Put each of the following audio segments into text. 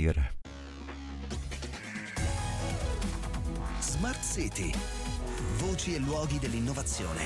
Air. Smart City. Voci e luoghi dell'innovazione.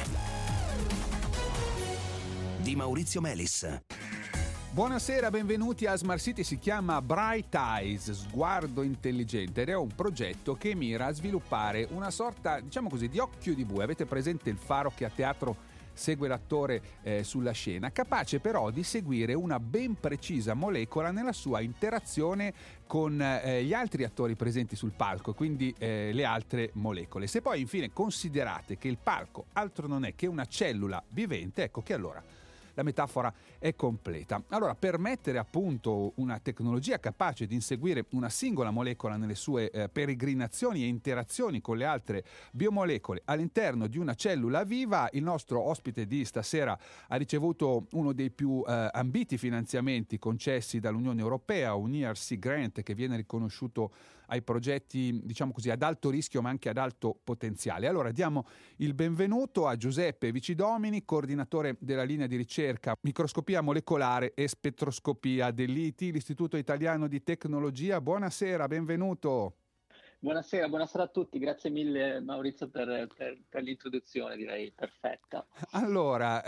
Di Maurizio Melis. Buonasera, benvenuti a Smart City. Si chiama Bright Eyes, sguardo intelligente, ed è un progetto che mira a sviluppare una sorta, diciamo così, di occhio di bue. Avete presente il faro che a teatro segue l'attore sulla scena, capace però di seguire una ben precisa molecola nella sua interazione con gli altri attori presenti sul palco, quindi le altre molecole. Se poi infine considerate che il palco altro non è che una cellula vivente, ecco che allora la metafora è completa. Allora, per mettere appunto una tecnologia capace di inseguire una singola molecola nelle sue peregrinazioni e interazioni con le altre biomolecole all'interno di una cellula viva, il nostro ospite di stasera ha ricevuto uno dei più ambiti finanziamenti concessi dall'Unione Europea, un ERC Grant, che viene riconosciuto ai progetti, diciamo così, ad alto rischio ma anche ad alto potenziale. Allora diamo il benvenuto a Giuseppe Vicidomini, coordinatore della linea di ricerca microscopia molecolare e spettroscopia dell'IIT, l'Istituto Italiano di Tecnologia. Buonasera, benvenuto. Buonasera a tutti, grazie mille Maurizio per l'introduzione, direi perfetta. Allora,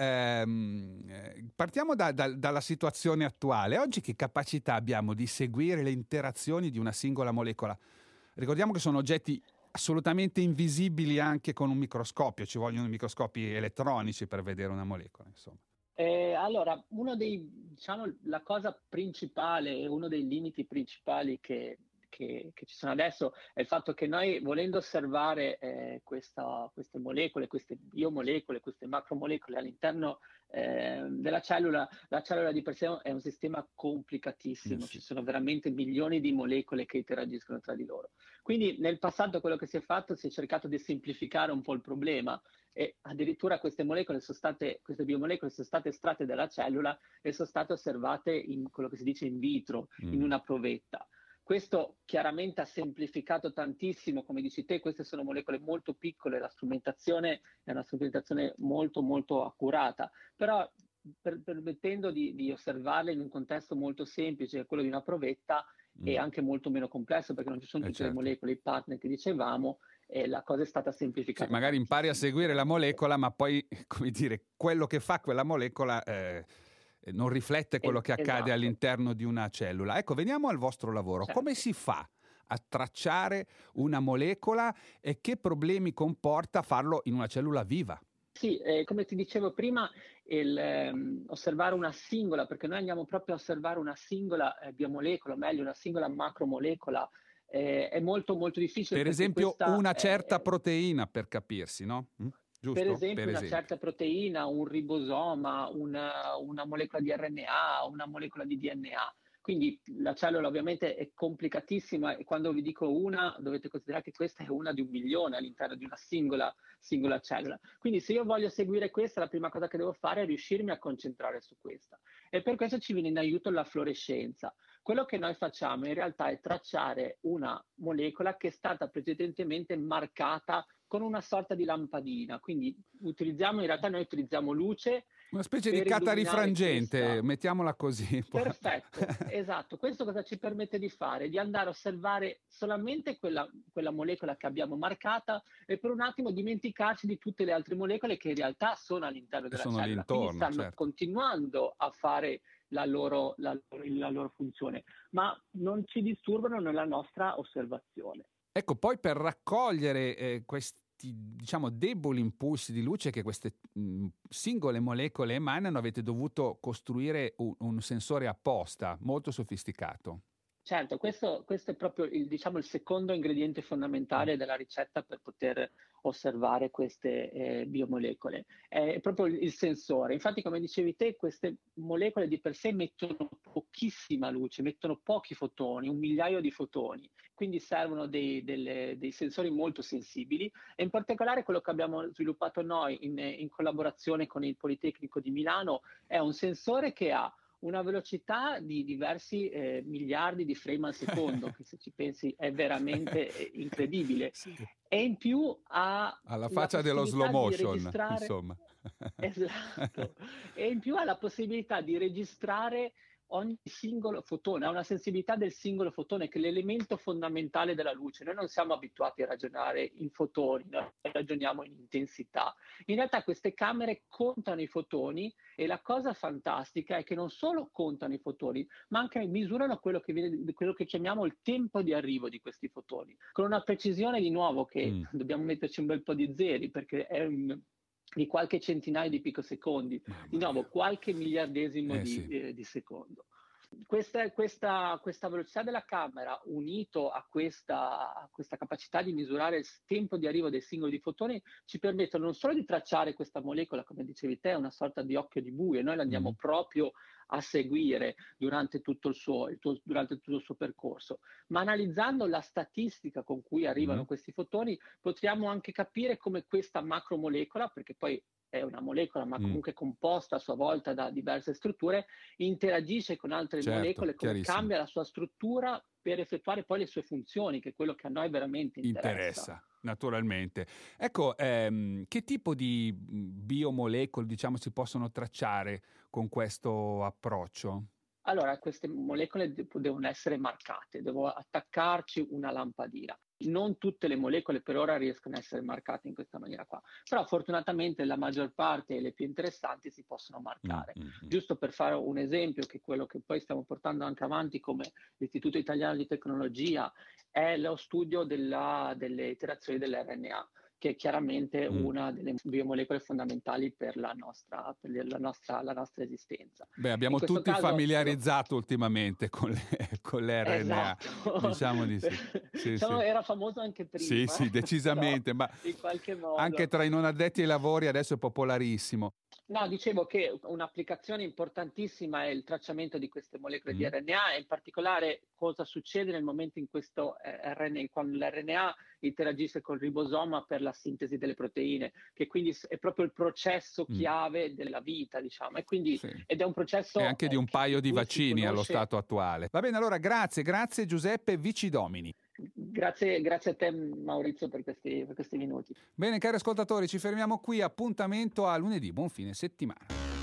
partiamo dalla situazione attuale. Oggi che capacità abbiamo di seguire le interazioni di una singola molecola? Ricordiamo che sono oggetti assolutamente invisibili anche con un microscopio, ci vogliono microscopi elettronici per vedere una molecola, insomma. Allora, la cosa principale, uno dei limiti principali che ci sono adesso è il fatto che noi, volendo osservare queste molecole, queste biomolecole, queste macromolecole all'interno della cellula, la cellula di per sé è un sistema complicatissimo, ci sono veramente milioni di molecole che interagiscono tra di loro. Quindi nel passato quello che si è fatto, si è cercato di semplificare un po' il problema, e addirittura queste biomolecole sono state estratte dalla cellula e sono state osservate in quello che si dice in vitro, in una provetta. Questo chiaramente ha semplificato tantissimo, come dici te, queste sono molecole molto piccole, la strumentazione è una strumentazione molto molto accurata, però permettendo di osservarle in un contesto molto semplice, quello di una provetta, e anche molto meno complesso perché non ci sono tutte le molecole, i partner che dicevamo, e la cosa è stata semplificata. Sì, magari impari a seguire la molecola, ma poi, come dire, quello che fa quella molecola non riflette quello che accade all'interno di una cellula. Ecco, veniamo al vostro lavoro. Certo. Come si fa a tracciare una molecola e che problemi comporta farlo in una cellula viva? Sì, come ti dicevo prima, osservare una singola, perché noi andiamo proprio a osservare una singola biomolecola, o meglio una singola macromolecola, è molto molto difficile. Per esempio una certa proteina, per capirsi, no? Giusto? Per esempio una certa proteina, un ribosoma, una molecola di RNA, una molecola di DNA. Quindi la cellula ovviamente è complicatissima, e quando vi dico una, dovete considerare che questa è una di 1 milione all'interno di una singola cellula. Quindi se io voglio seguire questa, la prima cosa che devo fare è riuscirmi a concentrare su questa. E per questo ci viene in aiuto la fluorescenza. Quello che noi facciamo in realtà è tracciare una molecola che è stata precedentemente marcata con una sorta di lampadina. Quindi noi utilizziamo luce. Una specie di catarifrangente, mettiamola così. Perfetto, esatto. Questo cosa ci permette di fare? Di andare a osservare solamente quella molecola che abbiamo marcata e per un attimo dimenticarci di tutte le altre molecole che in realtà sono all'interno della cellula. Quindi stanno continuando a fare la loro funzione, ma non ci disturbano nella nostra osservazione. Ecco, poi per raccogliere questi, diciamo, deboli impulsi di luce che queste singole molecole emanano, avete dovuto costruire un sensore apposta, molto sofisticato. Certo, questo è proprio il secondo ingrediente fondamentale della ricetta per poter osservare queste biomolecole. È proprio il sensore. Infatti, come dicevi te, queste molecole di per sé mettono pochissima luce, mettono pochi fotoni, 1 migliaio di fotoni. Quindi servono dei sensori molto sensibili, e in particolare quello che abbiamo sviluppato noi in collaborazione con il Politecnico di Milano è un sensore che ha una velocità di diversi miliardi di frame al secondo, che se ci pensi è veramente incredibile. Sì. E in più ha alla faccia dello slow motion, insomma. Esatto. E in più ha la possibilità di registrare ogni singolo fotone, ha una sensibilità del singolo fotone, che è l'elemento fondamentale della luce. Noi non siamo abituati a ragionare in fotoni, noi ragioniamo in intensità. In realtà queste camere contano i fotoni, e la cosa fantastica è che non solo contano i fotoni, ma anche misurano quello che chiamiamo il tempo di arrivo di questi fotoni, con una precisione di nuovo che dobbiamo metterci un bel po' di zeri, perché è di qualche centinaio di picosecondi, di nuovo qualche miliardesimo di secondo. Questa velocità della camera, unito a questa capacità di misurare il tempo di arrivo dei singoli fotoni, ci permettono non solo di tracciare questa molecola, come dicevi te, una sorta di occhio di bue, noi la andiamo proprio a seguire durante tutto il suo percorso, ma analizzando la statistica con cui arrivano questi fotoni, potremmo anche capire come questa macromolecola, perché poi è una molecola ma comunque composta a sua volta da diverse strutture, interagisce con altre molecole, come cambia la sua struttura per effettuare poi le sue funzioni, che è quello che a noi veramente interessa. Naturalmente. Ecco, che tipo di biomolecole, diciamo, si possono tracciare con questo approccio? Allora, queste molecole devono essere marcate, devo attaccarci una lampadina. Non tutte le molecole per ora riescono a essere marcate in questa maniera qua, però fortunatamente la maggior parte e le più interessanti si possono marcare. Giusto per fare un esempio, che è quello che poi stiamo portando anche avanti come l'Istituto Italiano di Tecnologia, è lo studio delle iterazioni dell'RNA, che è chiaramente una delle biomolecole fondamentali per la nostra esistenza. Beh, abbiamo tutti familiarizzato ultimamente con l'RNA. Esatto. Diciamo di sì. Diciamo, era famoso anche prima. Sì, decisamente, ma in qualche modo. Anche tra i non addetti ai lavori adesso è popolarissimo. No, dicevo che un'applicazione importantissima è il tracciamento di queste molecole di RNA, e in particolare cosa succede nel momento in questo RNA, quando l'RNA interagisce col ribosoma per la sintesi delle proteine, che quindi è proprio il processo chiave della vita, diciamo, e quindi ed è un processo... E anche di un paio di vaccini allo stato attuale. Va bene, allora grazie Giuseppe Vicidomini. Grazie a te Maurizio per questi minuti. Bene, cari ascoltatori, ci fermiamo qui, appuntamento a lunedì, buon fine settimana.